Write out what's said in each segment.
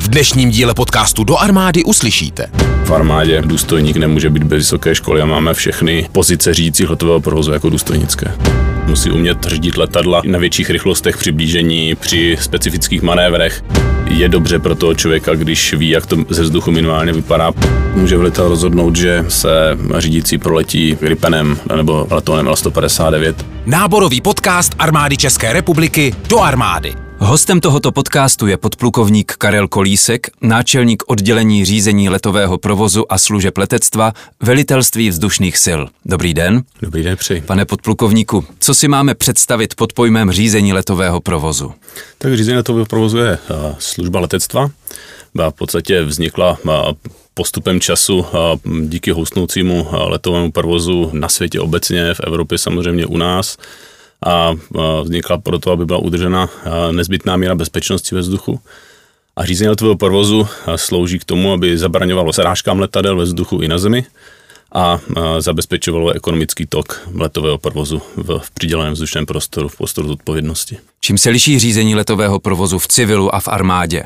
V dnešním díle podcastu Do armády uslyšíte. V armádě důstojník nemůže být bez vysoké školy a máme všechny pozice řídících letového provozu jako důstojnické. Musí umět řídit letadla na větších rychlostech přiblížení při specifických manévrech. Je dobře pro toho člověka, když ví, jak to ze vzduchu minimálně vypadá. Může velitel rozhodnout, že se řídící proletí Gripenem nebo letounem L-159. Náborový podcast Armády České republiky Do armády. Hostem tohoto podcastu je podplukovník Karel Kolísek, náčelník oddělení řízení letového provozu a služeb letectva Velitelství vzdušných sil. Dobrý den. Dobrý den, přeji. Pane podplukovníku, co si máme představit pod pojmem řízení letového provozu? Tak řízení letového provozu je služba letectva. V podstatě vznikla postupem času díky houstnoucímu letovému provozu na světě obecně, v Evropě samozřejmě u nás. A vznikla proto, aby byla udržena nezbytná míra bezpečnosti ve vzduchu. A řízení letového provozu slouží k tomu, aby zabraňovalo srážkám letadel ve vzduchu i na zemi a zabezpečovalo ekonomický tok letového provozu v přiděleném vzdušném prostoru, v prostoru zodpovědnosti. Čím se liší řízení letového provozu v civilu a v armádě?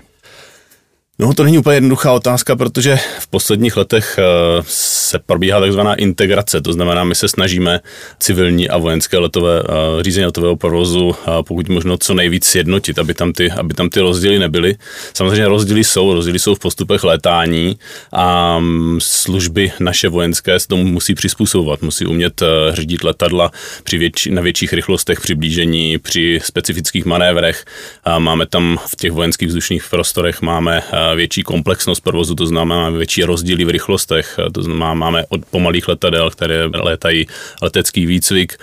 No, to není úplně jednoduchá otázka, protože v posledních letech se probíhá takzvaná integrace, to znamená, my se snažíme civilní a vojenské řízení letového provozu pokud možno co nejvíc sjednotit, aby tam ty rozdíly nebyly. Samozřejmě rozdíly jsou v postupech létání a služby naše vojenské se tomu musí přizpůsobovat, musí umět řídit letadla na větších rychlostech přiblížení, při specifických manévrech. Máme tam v těch vojenských vzdušných prostorech větší komplexnost provozu, to znamená máme větší rozdíly v rychlostech, to znamená máme od pomalých letadel, které létají letecký výcvik,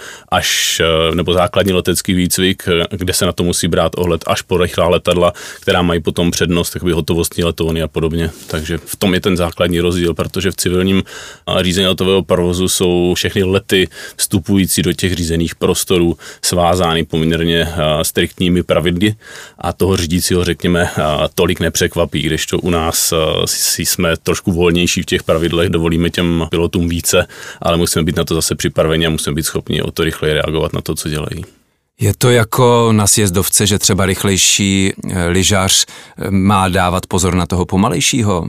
nebo základní letecký výcvik, kde se na to musí brát ohled, až po rychlá letadla, která mají potom přednost, takový hotovostní letouny a podobně. Takže v tom je ten základní rozdíl, protože v civilním řízení letového provozu jsou všechny lety vstupující do těch řízených prostorů svázány poměrně striktními pravidly a toho řídícího, řekněme, tolik nepřekvapí, kdežto u nás jsme trošku volnější v těch pravidlech, dovolíme těm pilotům více, ale musíme být na to zase připraveni a musíme být schopni o to rychleji reagovat na to, co dělají. Je to jako na sjezdovce, že třeba rychlejší lyžař má dávat pozor na toho pomalejšího?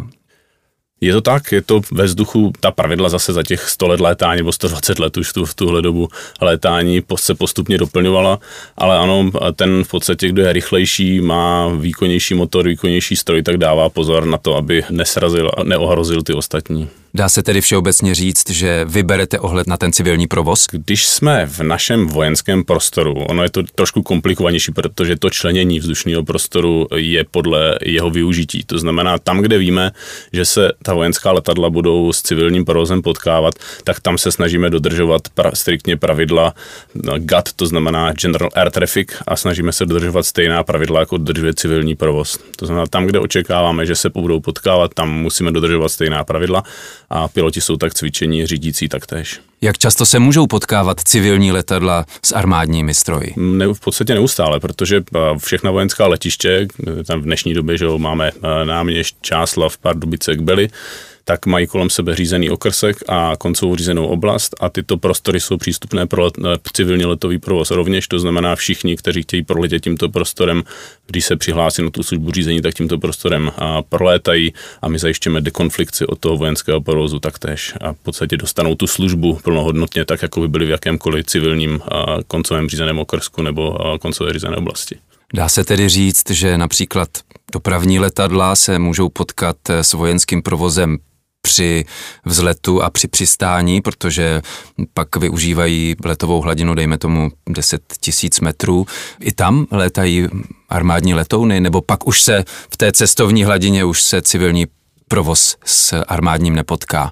Je to tak, je to ve vzduchu, ta pravidla zase za těch 100 let létání nebo 120 let už v tuhle dobu létání se postupně doplňovala, ale ano, ten v podstatě, kdo je rychlejší, má výkonnější motor, výkonnější stroj, tak dává pozor na to, aby nesrazil a neohrozil ty ostatní. Dá se tedy všeobecně říct, že vyberete ohled na ten civilní provoz? Když jsme v našem vojenském prostoru, ono je to trošku komplikovanější, protože to členění vzdušného prostoru je podle jeho využití. To znamená, tam, kde víme, že se ta vojenská letadla budou s civilním provozem potkávat, tak tam se snažíme dodržovat striktně pravidla GATT, to znamená General Air Traffic, a snažíme se dodržovat stejná pravidla, jako dodržuje civilní provoz. To znamená, tam, kde očekáváme, že se budou potkávat, tam musíme dodržovat stejná pravidla. A piloti jsou tak cvičení, řídící taktéž. Jak často se můžou potkávat civilní letadla s armádními stroji? V podstatě neustále, protože všechna vojenská letiště, tam v dnešní době, že máme Náměšť, Čáslav, Pardubice, Kbely, tak mají kolem sebe řízený okrsek a koncovou řízenou oblast a tyto prostory jsou přístupné pro civilní letový provoz rovněž, to znamená všichni, kteří chtějí proletět tímto prostorem, když se přihlásí na tu službu řízení, tak tímto prostorem prolétají a my zajišťujeme dekonflikci od toho vojenského provozu taktéž a v podstatě dostanou tu službu plnohodnotně tak, jako by byli v jakémkoliv civilním koncovém řízeném okrsku nebo koncové řízené oblasti. Dá se tedy říct, že například dopravní letadla se můžou potkat s vojenským provozem při vzletu a při přistání, protože pak využívají letovou hladinu, dejme tomu 10 000 metrů. I tam létají armádní letouny, nebo pak už se v té cestovní hladině už se civilní provoz s armádním nepotká?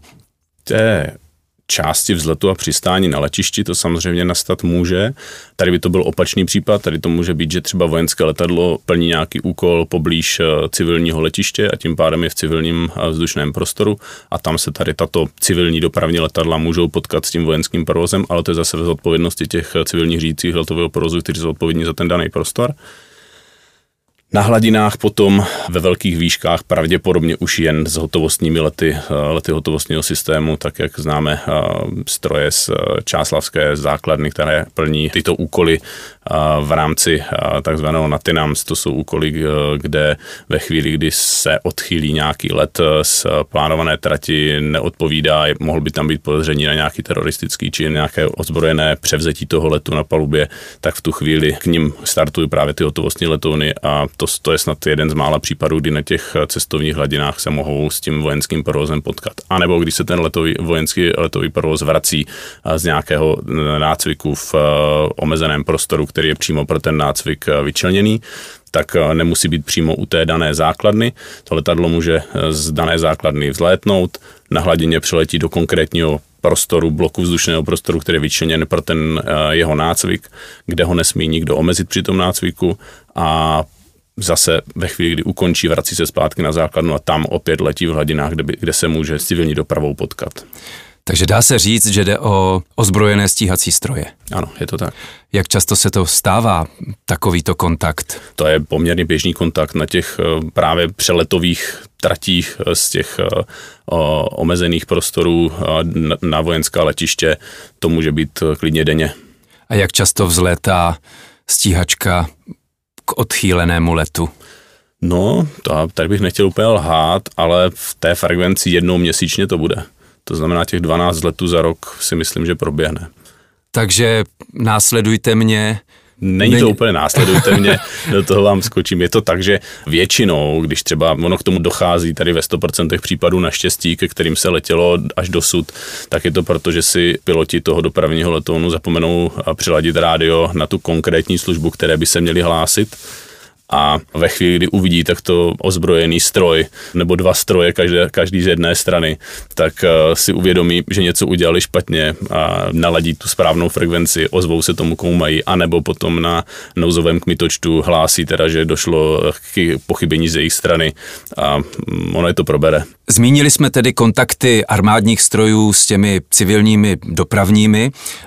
Části vzletu a přistání na letišti to samozřejmě nastat může. Tady by to byl opačný případ, tady to může být, že třeba vojenské letadlo plní nějaký úkol poblíž civilního letiště a tím pádem je v civilním vzdušném prostoru a tam se tady tato civilní dopravní letadla můžou potkat s tím vojenským provozem, ale to je zase v zodpovědnosti těch civilních řídících letového provozu, kteří jsou odpovědní za ten daný prostor. Na hladinách potom ve velkých výškách pravděpodobně už jen s hotovostními lety hotovostního systému, tak jak známe stroje z čáslavské základny, které plní tyto úkoly v rámci takzvaného NATINAMS. To jsou úkoly, kde ve chvíli, kdy se odchýlí nějaký let z plánované trati, neodpovídá, mohl by tam být podezření na nějaký teroristický čin, nějaké ozbrojené převzetí toho letu na palubě, tak v tu chvíli k ním startují právě ty hotovostní letouny a to je snad jeden z mála případů, kdy na těch cestovních hladinách se mohou s tím vojenským provozem potkat. A nebo když se ten vojenský letový provoz vrací z nějakého nácviku v omezeném prostoru, který je přímo pro ten nácvik vyčleněný, tak nemusí být přímo u té dané základny. To letadlo může z dané základny vzlétnout, na hladině přiletí do konkrétního prostoru, bloku vzdušného prostoru, který je vyčleněn pro ten jeho nácvik, kde ho nesmí nikdo omezit při tom nácviku a zase ve chvíli, kdy ukončí, vrací se zpátky na základnu a tam opět letí v hladinách, kde se může s civilní dopravou potkat. Takže dá se říct, že jde o ozbrojené stíhací stroje. Ano, je to tak. Jak často se to stává, takovýto kontakt? To je poměrně běžný kontakt na těch právě přeletových tratích z těch omezených prostorů na vojenská letiště. To může být klidně denně. A jak často vzlétá stíhačka k odchýlenému letu? No, tady bych nechtěl úplně lhát, ale v té frekvenci jednou měsíčně to bude. To znamená, těch 12 letů za rok si myslím, že proběhne. Takže následujte mě. Není to úplně následujte mě, do toho vám skočím. Je to tak, že většinou, když třeba ono k tomu dochází tady ve 100% případů naštěstí, ke kterým se letělo až dosud, tak je to proto, že si piloti toho dopravního letounu zapomenou přiladit rádio na tu konkrétní službu, které by se měli hlásit. A ve chvíli, kdy uvidí takto ozbrojený stroj nebo dva stroje, každý z jedné strany, tak si uvědomí, že něco udělali špatně a naladí tu správnou frekvenci, ozvou se tomu, komu mají, anebo potom na nouzovém kmitočtu hlásí teda, že došlo k pochybení z jejich strany a ono je to probere. Zmínili jsme tedy kontakty armádních strojů s těmi civilními dopravními.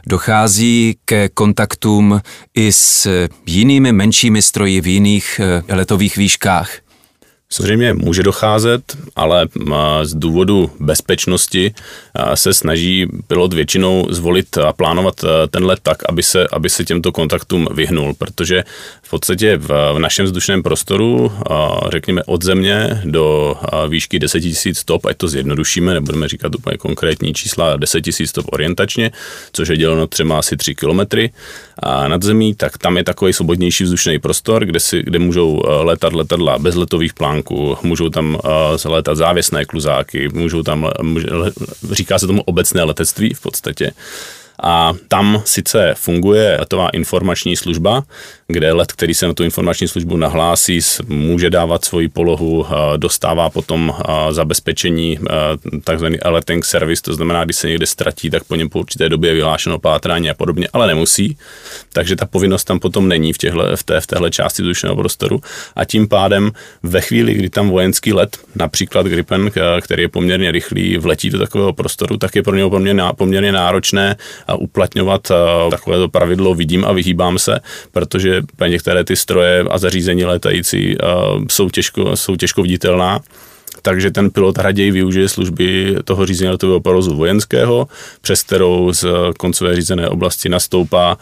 Dochází ke kontaktům i s jinými menšími stroji v jiných letových výškách? Samozřejmě může docházet, ale z důvodu bezpečnosti se snaží pilot většinou zvolit a plánovat ten let tak, aby se těmto kontaktům vyhnul, protože v podstatě v našem vzdušném prostoru, řekněme od země do výšky 10 000 stop, ať to zjednodušíme, nebudeme říkat úplně konkrétní čísla, 10 000 stop orientačně, což je děleno třeba asi 3 kilometry nad zemí, tak tam je takový svobodnější vzdušný prostor, kde můžou létat letadla bez letových plánků, můžou tam létat závěsné kluzáky, říká se tomu obecné letectví v podstatě. A tam sice funguje letová informační služba, kde let, který se na tu informační službu nahlásí, může dávat svoji polohu, dostává potom zabezpečení, takzvaný alerting service, to znamená, když se někde ztratí, tak po něm po určité době je vyhlášeno pátrání a podobně, ale nemusí. Takže ta povinnost tam potom není v téhle části vzdušného prostoru a tím pádem ve chvíli, kdy tam vojenský let, například Gripen, který je poměrně rychlý, vletí do takového prostoru, tak je pro něho poměrně náročné a uplatňovat takovéto pravidlo vidím a vyhýbám se, protože některé ty stroje a zařízení létající jsou těžko viditelná. Takže ten pilot raději využije služby toho řízení letového provozu vojenského, přes kterou z koncové řízené oblasti nastoupá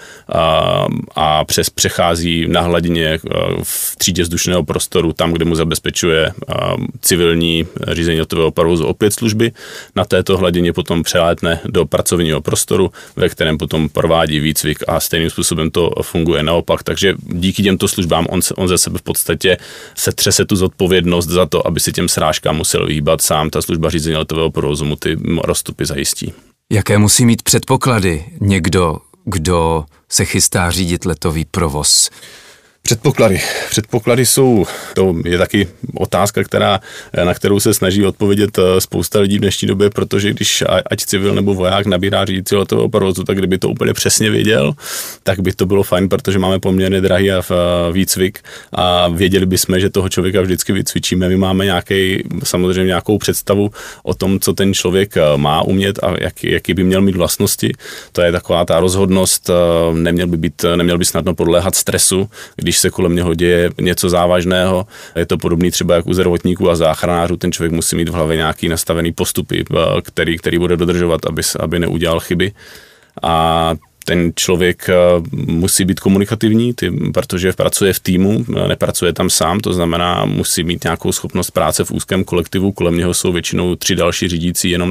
a přechází na hladině v třídě vzdušného prostoru, tam, kde mu zabezpečuje civilní řízení letového provozu opět služby. Na této hladině potom přelétne do pracovního prostoru, ve kterém potom provádí výcvik a stejným způsobem to funguje naopak. Takže díky těmto službám on ze sebe v podstatě se třese tu zodpovědnost za to, aby si těm srážkám musel vyhýbat sám, ta služba řízení letového provozu mu ty rozstupy zajistí. Jaké musí mít předpoklady někdo, kdo se chystá řídit letový provoz? Předpoklady jsou, to je taky otázka, na kterou se snaží odpovědět spousta lidí v dnešní době, protože když ať civil nebo voják nabírá řídící letového provozu, tak kdyby to úplně přesně věděl, tak by to bylo fajn, protože máme poměrně drahý výcvik a věděli bychom, že toho člověka vždycky vycvičíme. My máme samozřejmě nějakou představu o tom, co ten člověk má umět a jaký by měl mít vlastnosti. To je taková ta rozhodnost, neměl by snadno podléhat stresu, když se kolem něho děje něco závažného. Je to podobný třeba jak u zdravotníků a záchranářů. Ten člověk musí mít v hlavě nějaký nastavený postupy, který bude dodržovat, aby neudělal chyby. A Ten člověk musí být komunikativní, protože pracuje v týmu, nepracuje tam sám, to znamená, musí mít nějakou schopnost práce v úzkém kolektivu, kolem něho jsou většinou 3 další řídící jenom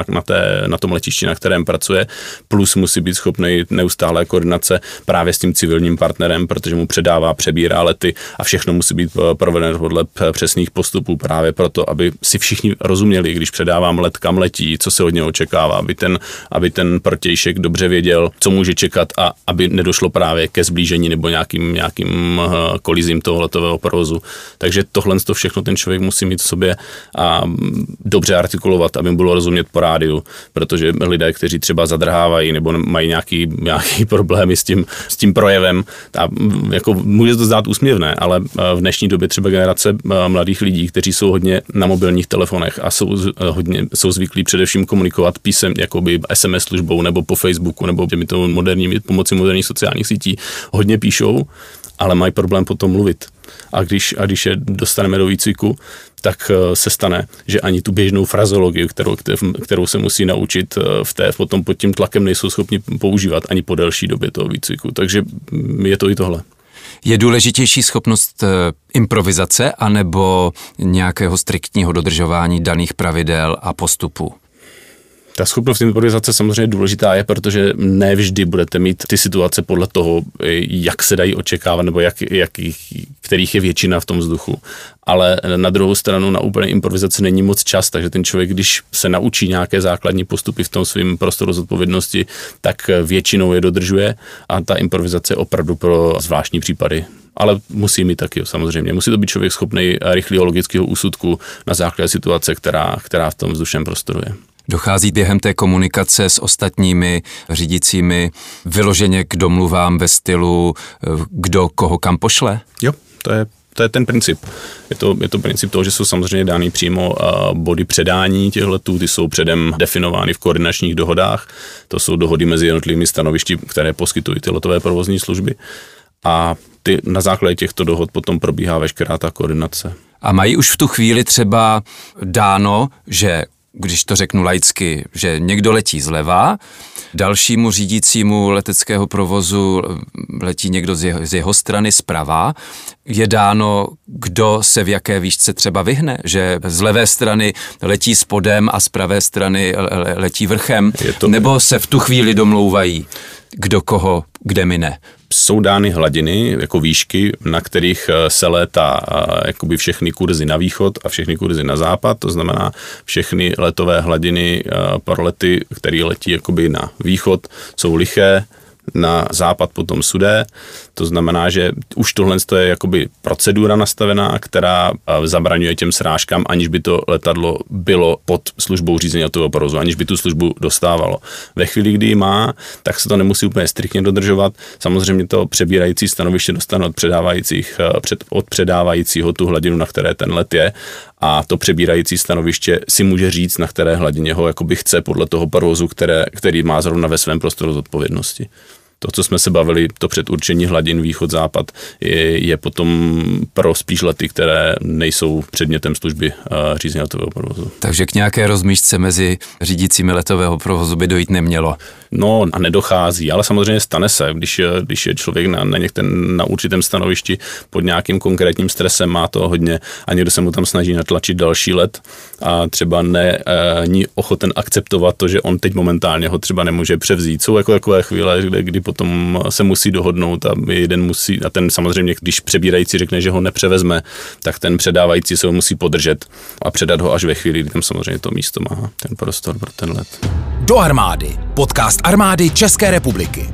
na tom letišti, na kterém pracuje, plus musí být schopný neustálé koordinace právě s tím civilním partnerem, protože mu přebírá lety a všechno musí být provedeno podle přesných postupů právě proto, aby si všichni rozuměli, když předávám let, kam letí, co se od něho očekává, aby ten protějšek dobře věděl, co může čekat a aby nedošlo právě ke zblížení nebo nějakým kolizím toho letového provozu. Takže tohle všechno ten člověk musí mít v sobě a dobře artikulovat, aby mu bylo rozumět po rádiu, protože lidé, kteří třeba zadrhávají nebo mají nějaký problémy s tím projevem, a jako může to zdát úsměvné, ale v dnešní době třeba generace mladých lidí, kteří jsou hodně na mobilních telefonech a jsou zvyklí především komunikovat písem, jakoby SMS službou nebo po Facebooku nebo těmito pomocí moderních sociálních sítí, hodně píšou, ale mají problém potom mluvit. A když je dostaneme do výcviku, tak se stane, že ani tu běžnou frazologii, kterou se musí naučit, potom pod tím tlakem nejsou schopni používat ani po delší době toho výcviku. Takže je to i tohle. Je důležitější schopnost improvizace anebo nějakého striktního dodržování daných pravidel a postupů? Ta schopnost improvizace samozřejmě důležitá je, protože ne vždy budete mít ty situace podle toho, jak se dají očekávat, nebo kterých je většina v tom vzduchu. Ale na druhou stranu na úplné improvizaci není moc čas, takže ten člověk, když se naučí nějaké základní postupy v tom svém prostoru zodpovědnosti, tak většinou je dodržuje a ta improvizace je opravdu pro zvláštní případy. Ale musí mít taky, samozřejmě. Musí to být člověk schopný rychlého logického úsudku na základě situace, která v tom vzdušném prostoru je. Dochází během té komunikace s ostatními řídícími vyloženě k domluvám ve stylu, kdo koho kam pošle? Jo, to je ten princip. Je to princip toho, že jsou samozřejmě dány přímo body předání těch letů, ty jsou předem definovány v koordinačních dohodách. To jsou dohody mezi jednotlivými stanovišti, které poskytují ty letové provozní služby. A na základě těchto dohod potom probíhá veškerá ta koordinace. A mají už v tu chvíli třeba dáno, že když to řeknu laicky, že někdo letí zleva, dalšímu řídícímu leteckého provozu letí někdo z jeho strany zprava, je dáno, kdo se v jaké výšce třeba vyhne, že z levé strany letí spodem a z pravé strany letí vrchem, nebo se v tu chvíli domlouvají, kdo koho kde mine. Jsou dány hladiny, jako výšky, na kterých se létá jakoby všechny kurzy na východ a všechny kurzy na západ, to znamená všechny letové hladiny pro lety, které letí jakoby na východ, jsou liché, na západ potom sudé, to znamená, že už tohle je jakoby procedura nastavená, která zabraňuje těm srážkám, aniž by to letadlo bylo pod službou řízení letového provozu, aniž by tu službu dostávalo. Ve chvíli, kdy ji má, tak se to nemusí úplně striktně dodržovat. Samozřejmě to přebírající stanoviště dostane od předávajícího tu hladinu, na které ten let je, a to přebírající stanoviště si může říct, na které hladině ho jakoby chce podle toho provozu, který má zrovna ve svém prostoru zodpovědnosti. To, co jsme se bavili, to předurčení hladin východ-západ, je potom pro spíš lety, které nejsou předmětem služby řízení letového provozu. Takže k nějaké rozmíšce mezi řídícími letového provozu by dojít nemělo? No a nedochází, ale samozřejmě stane se, když je člověk na určitém stanovišti pod nějakým konkrétním stresem, má to hodně a někdo se mu tam snaží natlačit další let a třeba není ochoten akceptovat to, že on teď momentálně ho třeba nemůže převzít. Jsou jako takové chvíle, kdy potom se musí dohodnout a jeden musí, a ten samozřejmě, když přebírající řekne, že ho nepřevezme, tak ten předávající se ho musí podržet a předat ho až ve chvíli, kdy tam samozřejmě to místo má, ten prostor pro ten let. Do armády. Podcast Armády České republiky.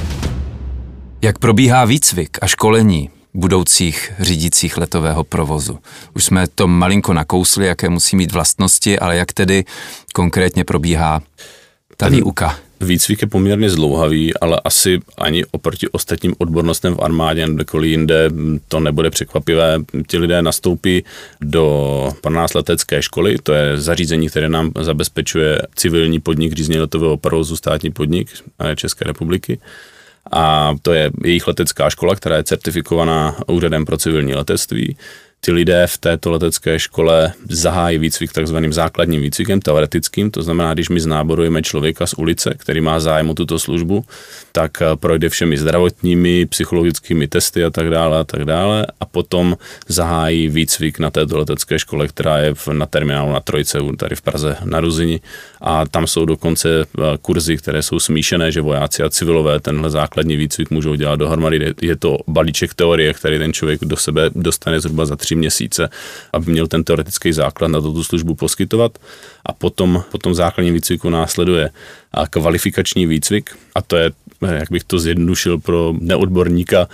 Jak probíhá výcvik a školení budoucích řídících letového provozu? Už jsme to malinko nakousli, jaké musí mít vlastnosti, ale jak tedy konkrétně probíhá ta výuka? Výcvik je poměrně zdlouhavý, ale asi ani oproti ostatním odbornostem v armádě nebo kdekoliv jinde to nebude překvapivé. Ti lidé nastoupí pro nás letecké školy, to je zařízení, které nám zabezpečuje civilní podnik řízení letového provozu, státní podnik České republiky. A to je jejich letecká škola, která je certifikovaná Úřadem pro civilní letectví. Ty lidé v této letecké škole zahájí výcvik takzvaným základním výcvikem teoretickým, to znamená, když my znáborujeme člověka z ulice, který má zájem o tuto službu, tak projde všemi zdravotními, psychologickými testy a tak dále a potom zahájí výcvik na této letecké škole, která je na terminálu na Trojce, tady v Praze na Ruzini, a tam jsou dokonce kurzy, které jsou smíšené, že vojáci a civilové tenhle základní výcvik můžou dělat dohromady. Je to balíček teorie, který ten člověk do sebe dostane zhruba za 3 měsíce, aby měl ten teoretický základ na tu službu poskytovat, a potom základní výcviku následuje kvalifikační výcvik, a to je, jak bych to zjednodušil pro neodborníka,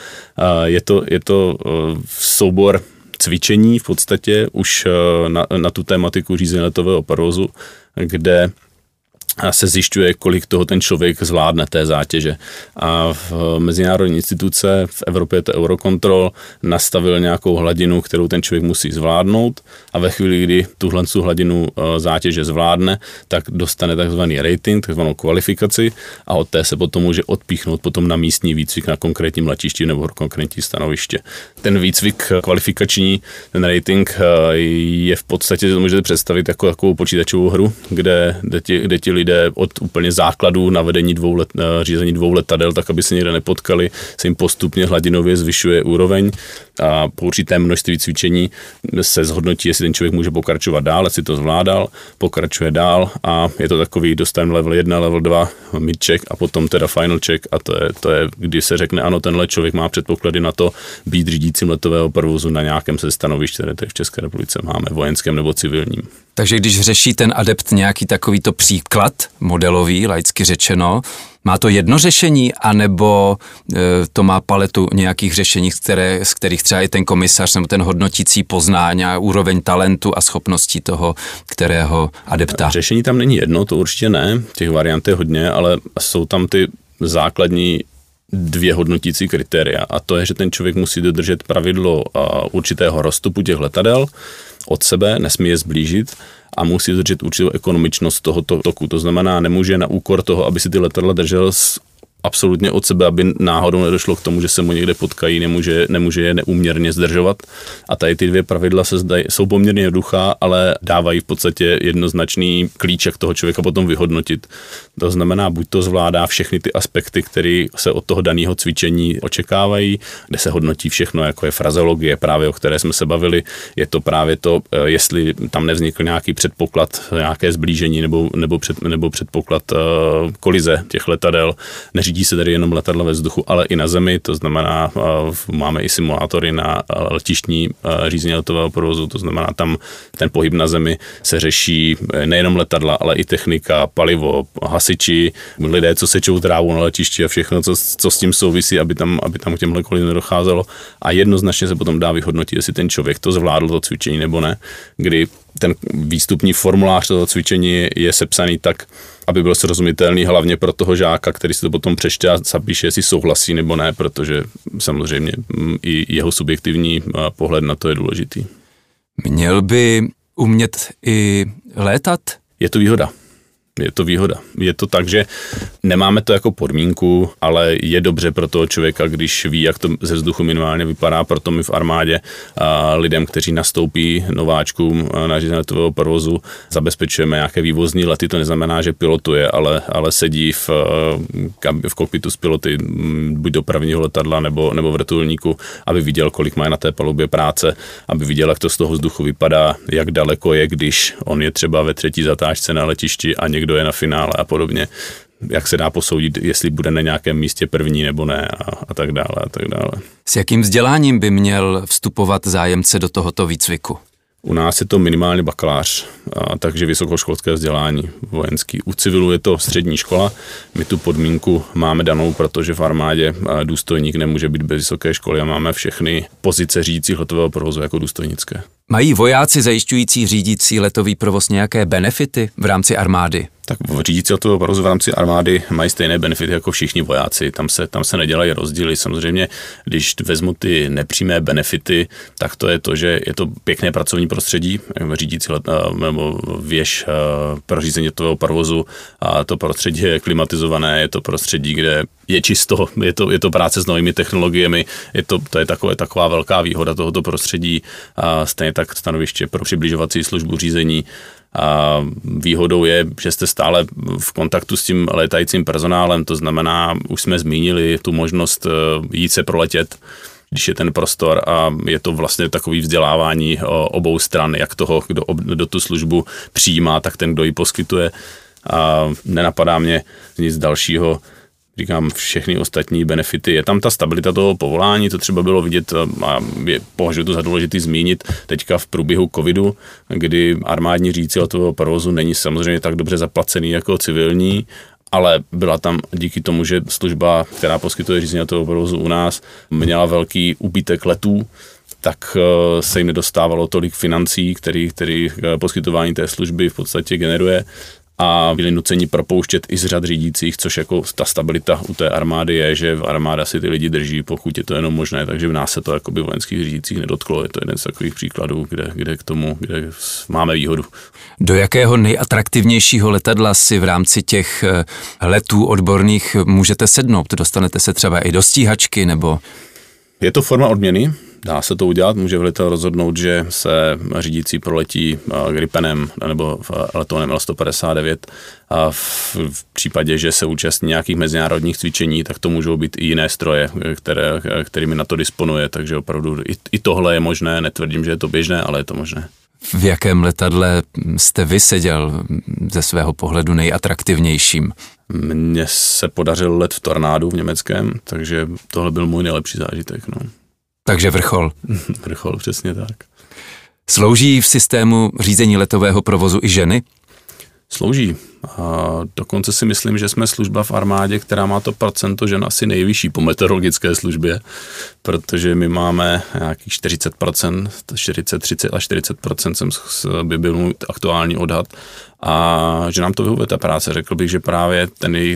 je to soubor cvičení v podstatě už na tu tématiku řízení letového provozu, kde se zjišťuje, kolik toho ten člověk zvládne té zátěže. A v mezinárodní instituce, v Evropě je to Eurocontrol, nastavil nějakou hladinu, kterou ten člověk musí zvládnout, a ve chvíli, kdy tuhle hladinu zátěže zvládne, tak dostane takzvaný rating, takzvanou kvalifikaci, a od té se potom může odpíchnout potom na místní výcvik na konkrétním letišti nebo konkrétní stanoviště. Ten výcvik kvalifikační, ten rating je v podstatě, to můžete představit jako takovou počítačovou hru, kde ti lidé od úplně základů na vedení řízení 2 letadel, tak aby se někde nepotkali, se jim postupně hladinově zvyšuje úroveň, a po určité množství cvičení se zhodnotí, jestli ten člověk může pokračovat dál, jestli to zvládal, pokračuje dál, a je to takový, dostaneme level 1, level 2, mid-check a potom teda final check, a to je, kdy se řekne, ano, tenhle člověk má předpoklady na to být řídícím letového provozu na nějakém ze stanovišť, které tady v České republice máme, vojenském nebo civilním. Takže když řeší ten adept nějaký takovýto příklad, modelový, laicky řečeno, má to jedno řešení, anebo to má paletu nějakých řešení, z kterých třeba i ten komisař nebo ten hodnotící pozná nějak úroveň talentu a schopností toho, kterého adepta? Řešení tam není jedno, to určitě ne, těch variant je hodně, ale jsou tam ty základní 2 hodnotící kritéria, a to je, že ten člověk musí dodržet pravidlo určitého rozstupu těch letadel od sebe, nesmí je zblížit, a musí dodržet určitou ekonomičnost tohoto toku. To znamená, nemůže na úkor toho, aby si ty letadla držel absolutně od sebe, aby náhodou nedošlo k tomu, že se mu někde potkají, nemůže je neúměrně zdržovat. A tady ty 2 pravidla jsou poměrně jednoduchá, ale dávají v podstatě jednoznačný klíč, jak toho člověka potom vyhodnotit. To znamená, buď to zvládá všechny ty aspekty, které se od toho daného cvičení očekávají, kde se hodnotí všechno, jako je frazeologie, právě o které jsme se bavili. Je to právě to, jestli tam nevznikl nějaký předpoklad, nějaké zblížení nebo předpoklad kolize těch letadel. Neřídí se tady jenom letadla ve vzduchu, ale i na zemi, to znamená, máme i simulátory na letištní řízení letového provozu, to znamená, tam ten pohyb na zemi se řeší nejenom letadla, ale i technika, palivo, hasiči, lidé, co sečou trávu na letišti a všechno, co s tím souvisí, aby tam k těmhle kolizím nedocházelo, a jednoznačně se potom dá vyhodnotit, jestli ten člověk to zvládl, to cvičení nebo ne, kdy ten výstupní formulář toho cvičení je sepsaný tak, aby byl srozumitelný hlavně pro toho žáka, který si to potom přečte a zapíše, jestli souhlasí nebo ne, protože samozřejmě i jeho subjektivní pohled na to je důležitý. Měl by umět i létat? Je to výhoda. Je to tak, že nemáme to jako podmínku, ale je dobře pro toho člověka, když ví, jak to ze vzduchu minimálně vypadá, proto my v armádě lidem, kteří nastoupí nováčkům na řízení letového provozu, zabezpečujeme nějaké vývozní lety. To neznamená, že pilotuje, ale sedí v kokpitu s piloty, buď dopravního letadla nebo vrtulníku, aby viděl, kolik má na té palubě práce, aby viděl, jak to z toho vzduchu vypadá, jak daleko je, když on je třeba ve 3. zatáčce na letišti a někdo je na finále a podobně, jak se dá posoudit, jestli bude na nějakém místě první nebo ne a tak dále a tak dále. S jakým vzděláním by měl vstupovat zájemce do tohoto výcviku? U nás je to minimálně bakalář, takže vysokoškolské vzdělání vojenský. U civilu je to střední škola. My tu podmínku máme danou, protože v armádě důstojník nemůže být bez vysoké školy a máme všechny pozice řídících letového provozu jako důstojnické. Mají vojáci zajišťující řídící letový provoz nějaké benefity v rámci armády? Tak řídící letového provozu v rámci armády mají stejné benefity jako všichni vojáci. Tam se nedělají rozdíly. Samozřejmě, když vezmu ty nepřímé benefity, tak to je to, že je to pěkné pracovní prostředí, řídící nebo věž pro řízení letového provozu, a to prostředí je klimatizované, je to prostředí, kde je čisto, je to práce s novými technologiemi, to je taková velká výhoda tohoto prostředí, a stejně tak stanoviště pro přibližovací službu řízení. A výhodou je, že jste stále v kontaktu s tím létajícím personálem, to znamená, už jsme zmínili tu možnost jít se proletět, když je ten prostor, a je to vlastně takový vzdělávání obou stran, jak toho, kdo tu službu přijímá, tak ten, kdo ji poskytuje. A nenapadá mě nic dalšího. Říkám, všechny ostatní benefity. Je tam ta stabilita toho povolání, to třeba bylo vidět a považuji to za důležitý zmínit teďka v průběhu covidu, kdy armádní řídící letového provozu není samozřejmě tak dobře zaplacený jako civilní, ale byla tam díky tomu, že služba, která poskytuje řízení letového provozu u nás, měla velký úbytek letů, tak se jim nedostávalo tolik financí, který poskytování té služby v podstatě generuje, a byli nuceni propouštět i z řad řídících, což jako ta stabilita u té armády je, že armáda si ty lidi drží, pokud je to jenom možné, takže v nás se to jakoby vojenských řídících nedotklo. Je to jeden z takových příkladů, kde máme výhodu. Do jakého nejatraktivnějšího letadla si v rámci těch letů odborných můžete sednout? Dostanete se třeba i do stíhačky, nebo... Je to forma odměny. Dá se to udělat, může velitel rozhodnout, že se řídící proletí Gripenem nebo letounem L-159 a v případě, že se účastní nějakých mezinárodních cvičení, tak to můžou být i jiné stroje, kterými na to disponuje, takže opravdu i tohle je možné, netvrdím, že je to běžné, ale je to možné. V jakém letadle jste vy seděl ze svého pohledu nejatraktivnějším? Mně se podařil let v Tornádu v německém, takže tohle byl můj nejlepší zážitek. No. Takže vrchol. Vrchol, přesně tak. Slouží v systému řízení letového provozu i ženy? Slouží. A dokonce si myslím, že jsme služba v armádě, která má to procento žen asi nejvyšší po meteorologické službě, protože my máme nějakých 40%, 30 až 40% by byl můj aktuální odhad, a že nám to vyhovuje ta práce. Řekl bych, že právě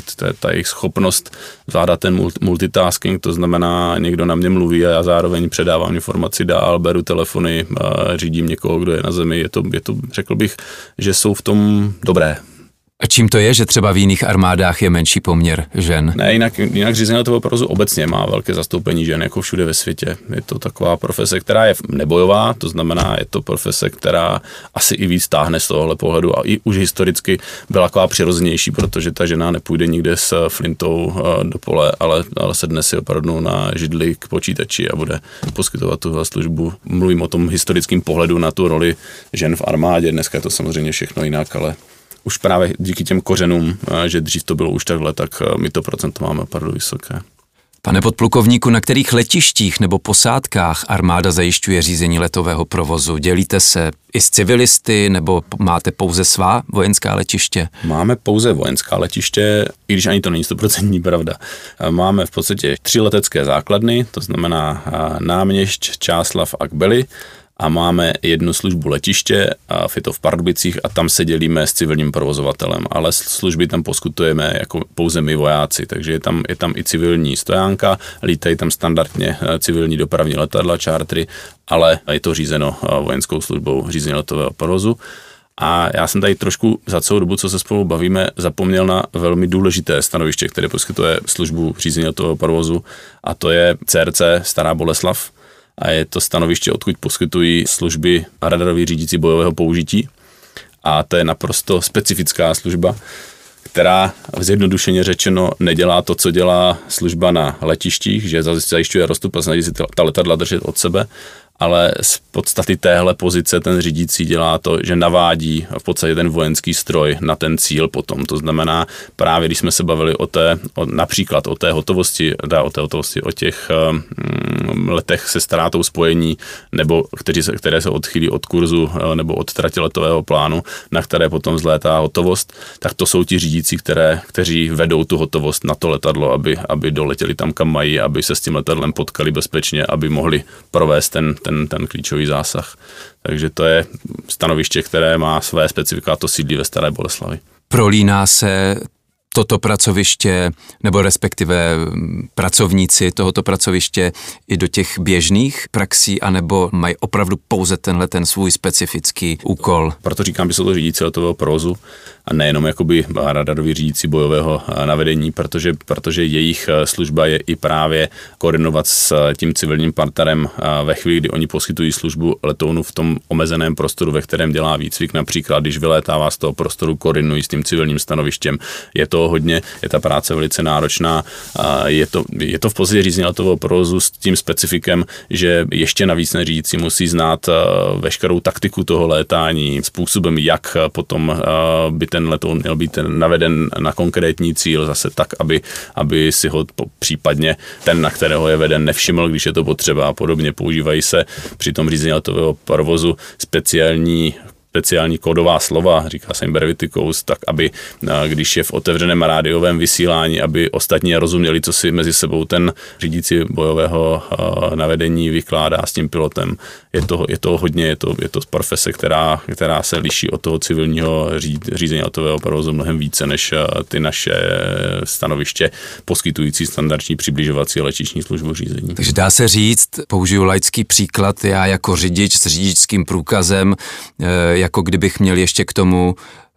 ta jejich schopnost zvládat ten multitasking, to znamená, někdo na mě mluví a já zároveň předávám informaci dál, beru telefony, řídím někoho, kdo je na zemi. Je to, řekl bych, že jsou v tom dobré. A čím to je, že třeba v jiných armádách je menší poměr žen? Ne, jinak řízení letového provozu obecně má velké zastoupení žen, jako všude ve světě. Je to taková profese, která je nebojová, to znamená, je to profese, která asi i víc táhne z tohohle pohledu, a i už historicky byla taková přirozenější, protože ta žena nepůjde nikde s flintou do pole, ale sedne si opravdu na židli k počítači a bude poskytovat tuhle službu. Mluvím o tom historickém pohledu na tu roli žen v armádě, dneska je to samozřejmě všechno jinak, ale už právě díky těm kořenům, že dřív to bylo už takhle, tak my to procento máme opravdu vysoké. Pane podplukovníku, na kterých letištích nebo posádkách armáda zajišťuje řízení letového provozu? Dělíte se i s civilisty, nebo máte pouze svá vojenská letiště? Máme pouze vojenská letiště, i když ani to není 100% pravda. Máme v podstatě 3 letecké základny, to znamená Náměšť, Čáslav a Kbely, a máme jednu službu letiště, a je to v Pardubicích, a tam se dělíme s civilním provozovatelem, ale služby tam poskytujeme jako pouze my vojáci, takže je tam i civilní stojánka, lítají tam standardně civilní dopravní letadla, čártry, ale je to řízeno vojenskou službou řízení letového provozu. A já jsem tady trošku za celou dobu, co se spolu bavíme, zapomněl na velmi důležité stanoviště, které poskytuje službu řízení letového provozu, a to je CRC Stará Boleslav. A je to stanoviště, odkud poskytují služby radarový řídící bojového použití. A to je naprosto specifická služba, která zjednodušeně řečeno nedělá to, co dělá služba na letištích, že zajišťuje rozstup a snaží si ta letadla držet od sebe, ale z podstaty téhle pozice ten řídící dělá to, že navádí v podstatě ten vojenský stroj na ten cíl potom. To znamená, právě když jsme se bavili například o té hotovosti, o těch letech se ztrátou spojení, nebo které se odchýlí od kurzu nebo od trati letového plánu, na které potom vzlétá hotovost, tak to jsou ti řídící, kteří vedou tu hotovost na to letadlo, aby doletěli tam, kam mají, aby se s tím letadlem potkali bezpečně, aby mohli provést ten klíčový zásah. Takže to je stanoviště, které má své specifika, to sídlí ve Staré Boleslavi. Prolíná se toto pracoviště, nebo respektive pracovníci tohoto pracoviště i do těch běžných praxí, anebo mají opravdu pouze ten svůj specifický úkol? Proto říkám, že jsou to řídící letového provozu a nejenom jakoby radaroví řídící bojového navedení, protože jejich služba je i právě koordinovat s tím civilním partnerem ve chvíli, kdy oni poskytují službu letounu v tom omezeném prostoru, ve kterém dělá výcvik. Například, když vylétává z toho prostoru, koordinují s tím civilním stanovištěm. Je to hodně, je ta práce velice náročná. Je to v podstatě řízení letového provozu s tím specifikem, že ještě navíc řídící musí znát veškerou taktiku toho létání, způsobem, jak potom by ten letoun měl být naveden na konkrétní cíl, zase tak, aby si ho případně ten, na kterého je veden, nevšiml, když je to potřeba a podobně. Používají se při tom řízení letového provozu speciální kódová slova, říká se jim Brevity Codes, tak aby, když je v otevřeném rádiovém vysílání, aby ostatní rozuměli, co si mezi sebou ten řídící bojového navedení vykládá s tím pilotem. Je to hodně, je to profese, která se liší od toho civilního řízení letového provozu mnohem více, než ty naše stanoviště poskytující standardní přibližovací letištní službu řízení. Takže dá se říct, použiju laický příklad, já jako řidič s řidičským průkazem, jako kdybych měl ještě k tomu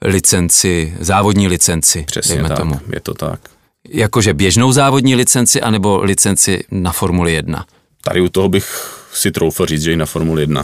závodní licenci. Přesně tak, tomu. Je to tak. Jakože běžnou závodní licenci, anebo licenci na Formuli 1? Tady u toho bych si troufl říct, že i na Formuli 1.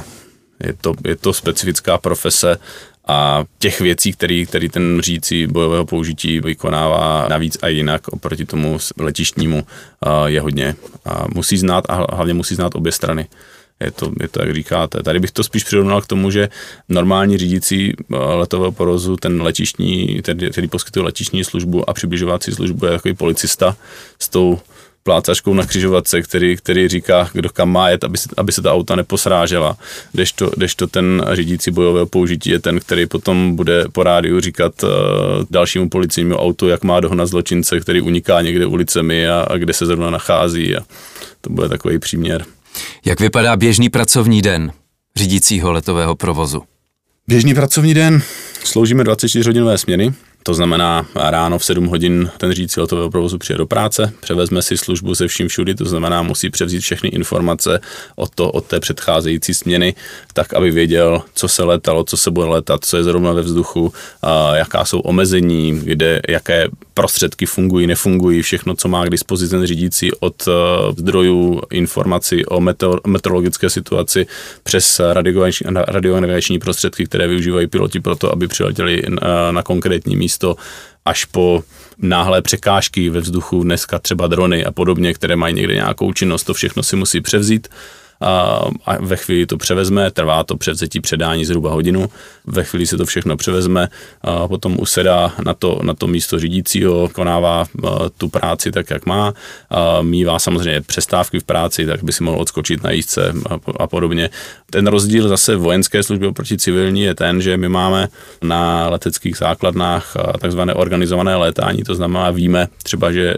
Je to specifická profese a těch věcí, který ten řídící bojového použití vykonává navíc a jinak oproti tomu letištnímu, je hodně. A musí znát a hlavně musí znát obě strany. Je to, jak říkáte. Tady bych to spíš přirovnal k tomu, že normální řídící letového provozu, ten letištní, který poskytuje letištní službu a přibližovací službu, je takový policista s tou plácačkou na křižovatce, který říká, kdo kam má jet, aby se ta auta neposrážela. Kdežto ten řídící bojového použití je ten, který potom bude po rádiu říkat dalšímu policijnímu autu, jak má dohnat zločince, který uniká někde ulicemi a kde se zrovna nachází. A to bude takový příměr. Jak vypadá běžný pracovní den řídícího letového provozu? Běžný pracovní den sloužíme 24-hodinové směny. To znamená, ráno v 7 hodin ten řídící letového provozu přijde do práce, převezme si službu se vším všudy, to znamená, musí převzít všechny informace od té předcházející směny, tak, aby věděl, co se letalo, co se bude letat, co je zrovna ve vzduchu, jaká jsou omezení, jaké prostředky fungují, nefungují, všechno, co má k dispozici ten řídící od zdrojů informací o meteorologické situaci přes radionavigační prostředky, které využívají piloti pro to, aby přiletěli na konkrétní místo, až po náhlé překážky ve vzduchu, dneska třeba drony a podobně, které mají někde nějakou činnost, to všechno si musí převzít. A ve chvíli to převezme, trvá to převzetí předání zhruba hodinu, ve chvíli se to všechno převezme, a potom usedá na to místo řídícího, konává tu práci tak, jak má, mívá samozřejmě přestávky v práci, tak by si mohl odskočit na jízdce a podobně. Ten rozdíl zase vojenské služby oproti civilní je ten, že my máme na leteckých základnách takzvané organizované létání, to znamená víme třeba, že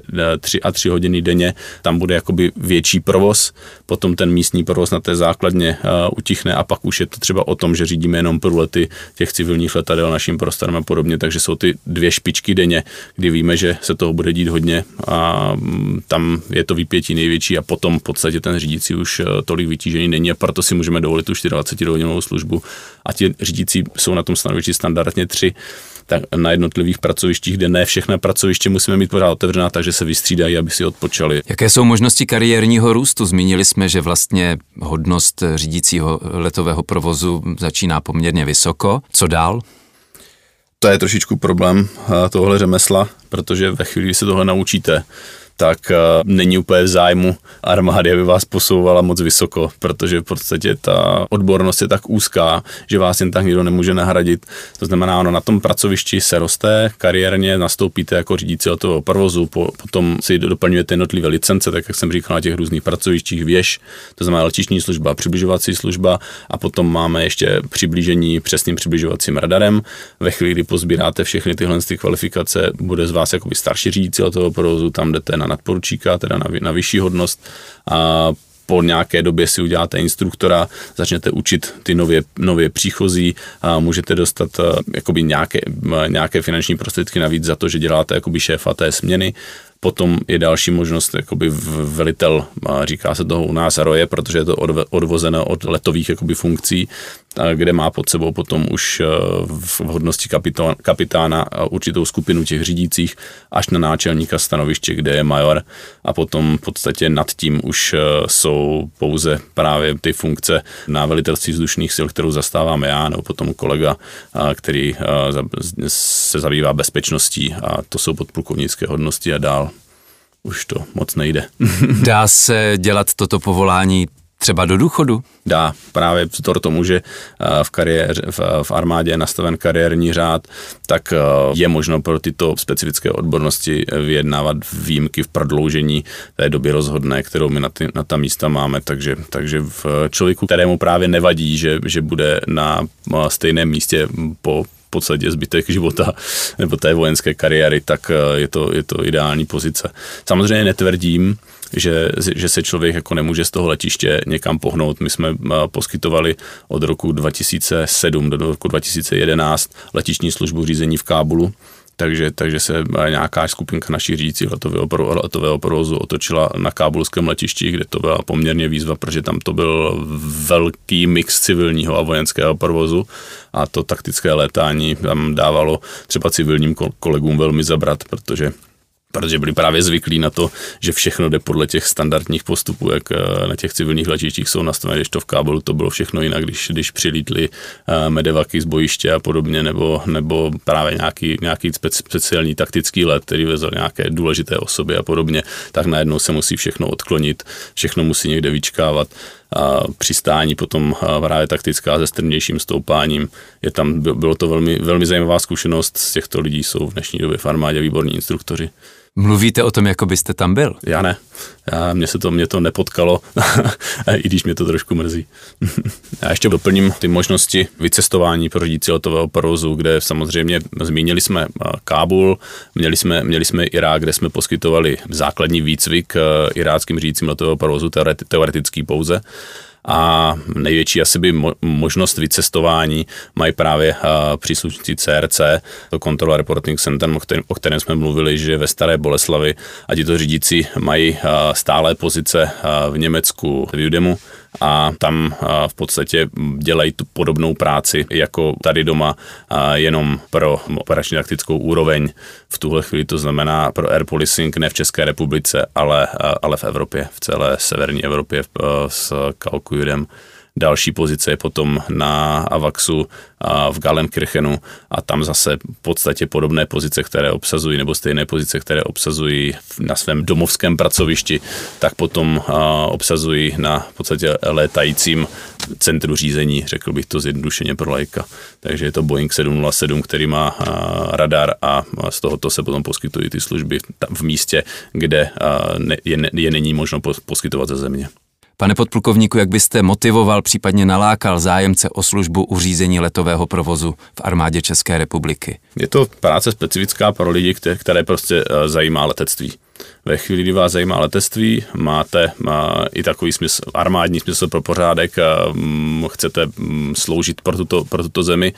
3 hodiny denně tam bude jakoby větší provoz, potom ten místní provoz na té základně utichne a pak už je to třeba o tom, že řídíme jenom průlety těch civilních letadel naším prostorem a podobně, takže jsou ty 2 špičky denně, kdy víme, že se toho bude dít hodně a tam je to vypětí největší a potom v podstatě ten řídící už tolik vytížený není a proto si můžeme dovolit tu 24hodinovou službu a ti řídící jsou na tom stanovišti standardně 3, tak na jednotlivých pracovištích, kde ne všechna pracoviště musíme mít pořád otevřená, takže se vystřídají, aby si odpočali. Jaké jsou možnosti kariérního růstu? Zmínili jsme, že vlastně hodnost řídícího letového provozu začíná poměrně vysoko. Co dál? To je trošičku problém tohle řemesla, protože ve chvíli, kdy se tohle naučíte, tak není úplně v zájmu armády, aby vás posouvala moc vysoko, protože v podstatě ta odbornost je tak úzká, že vás jen tak nikdo nemůže nahradit. To znamená, na tom pracovišti se roste, kariérně nastoupíte jako řídící letového provozu, potom si doplňujete jednotlivé licence, tak jak jsem říkal, na těch různých pracovištích věž, to znamená letištní služba, přibližovací služba a potom máme ještě přiblížení přesným přibližovacím radarem. Ve chvíli, kdy pozbíráte všechny tyhle kvalifikace, bude z vás jakoby starší řídící letového provozu, tam jdete na nadporučíka, teda na vyšší hodnost a po nějaké době si uděláte instruktora, začnete učit ty nově příchozí a můžete dostat jakoby nějaké finanční prostředky navíc za to, že děláte jakoby šéfa té směny. Potom je další možnost, jakoby velitel, říká se toho u nás roje, protože je to odvozeno od letových jakoby funkcí, kde má pod sebou potom už v hodnosti kapitána určitou skupinu těch řídících až na náčelníka stanoviště, kde je major a potom v podstatě nad tím už jsou pouze právě ty funkce na velitelství vzdušných sil, kterou zastávám já, nebo potom kolega, který se zabývá bezpečností a to jsou podplukovnické hodnosti a dál. Už to moc nejde. Dá se dělat toto povolání třeba do důchodu? Dá, právě vzdor tomu, že v armádě je nastaven kariérní řád, tak je možno pro tyto specifické odbornosti vyjednávat výjimky v prodloužení té doby rozhodné, kterou my na ta místa máme, takže v člověku, kterému právě nevadí, že bude na stejném místě po podstatě zbytek života nebo té vojenské kariéry, tak je to ideální pozice. Samozřejmě netvrdím, že se člověk jako nemůže z toho letiště někam pohnout. My jsme poskytovali od roku 2007 do roku 2011 letištní službu řízení v Kábulu, takže se nějaká skupinka našich řídících letového provozu otočila na kábulském letišti, kde to byla poměrně výzva, protože tam to byl velký mix civilního a vojenského provozu a to taktické létání tam dávalo třeba civilním kolegům velmi zabrat, protože byli právě zvyklí na to, že všechno jde podle těch standardních postupů, jak na těch civilních letištích jsou nastavené, když to v Kábulu to bylo všechno jinak, když přilítly medevaky z bojiště a podobně, nebo právě nějaký speciální taktický let, který vezl nějaké důležité osoby a podobně, tak najednou se musí všechno odklonit, všechno musí někde vyčkávat. A přistání potom právě taktická se strmějším stoupáním. Bylo to velmi, velmi zajímavá zkušenost, z těchto lidí jsou v dnešní době v armádě výborní instruktoři. Mluvíte o tom, jako byste tam byl? Já ne. Mě to nepotkalo, i když mě to trošku mrzí. Já ještě doplním ty možnosti vycestování pro řídící letového provozu, kde samozřejmě zmínili jsme Kábul, měli jsme Irák, kde jsme poskytovali základní výcvik iráckým řídícím letového provozu, teoretický pouze. A největší asi by možnost vycestování mají právě příslušníci CRC, to Control Reporting Center, o kterém jsme mluvili, že ve Staré Boleslavi a tito řídící mají stálé pozice v Německu, v Judemu a tam v podstatě dělají tu podobnou práci jako tady doma, jenom pro operační taktickou úroveň. V tuhle chvíli to znamená pro air policing ne v České republice, ale v Evropě, v celé severní Evropě s Kalkujudem. Další pozice je potom na AVAXu v Gallenkirchenu a tam zase v podstatě podobné pozice, které obsazují, nebo stejné pozice, které obsazují na svém domovském pracovišti, tak potom obsazují na v podstatě létajícím centru řízení, řekl bych to zjednodušeně pro laika. Takže je to Boeing 707, který má radar a z tohoto se potom poskytují ty služby v místě, kde je není možno poskytovat ze země. Pane podplukovníku, jak byste motivoval, případně nalákal zájemce o službu u řízení letového provozu v armádě České republiky? Je to práce specifická pro lidi, které prostě zajímá letectví. Ve chvíli, kdy vás zajímá letectví, máte i takový smysl, armádní smysl pro pořádek, chcete sloužit pro tuto zemi,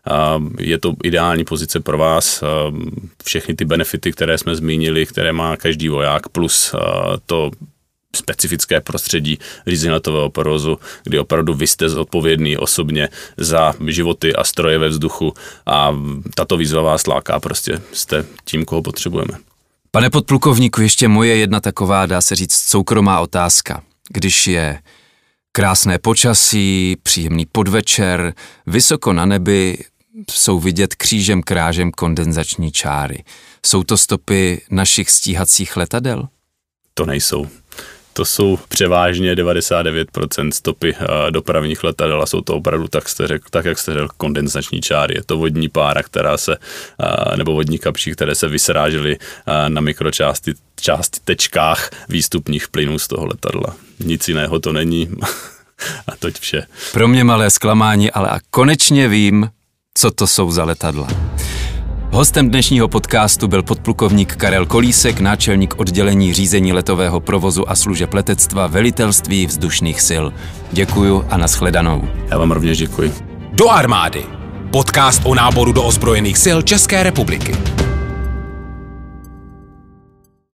je to ideální pozice pro vás. Všechny ty benefity, které jsme zmínili, které má každý voják, plus to specifické prostředí řízení letového provozu, kdy opravdu vy jste zodpovědný osobně za životy a stroje ve vzduchu a tato výzva vás láká, prostě jste tím, koho potřebujeme. Pane podplukovníku, ještě moje jedna taková, dá se říct, soukromá otázka. Když je krásné počasí, příjemný podvečer, vysoko na nebi jsou vidět křížem krážem kondenzační čáry. Jsou to stopy našich stíhacích letadel? To nejsou. To jsou převážně 99% stopy dopravních letadel a jsou to opravdu, tak jak jste řekl, kondenzační čáry. Je to vodní pára, nebo vodní kapří, které se vysrážely na mikročástečkách výstupních plynů z toho letadla. Nic jiného to není a toť vše. Pro mě malé zklamání, ale a konečně vím, co to jsou za letadla. Hostem dnešního podcastu byl podplukovník Karel Kolísek, náčelník oddělení řízení letového provozu a služeb letectva Velitelství vzdušných sil. Děkuju a nashledanou. Já vám rovněž děkuji. Do armády. Podcast o náboru do ozbrojených sil České republiky.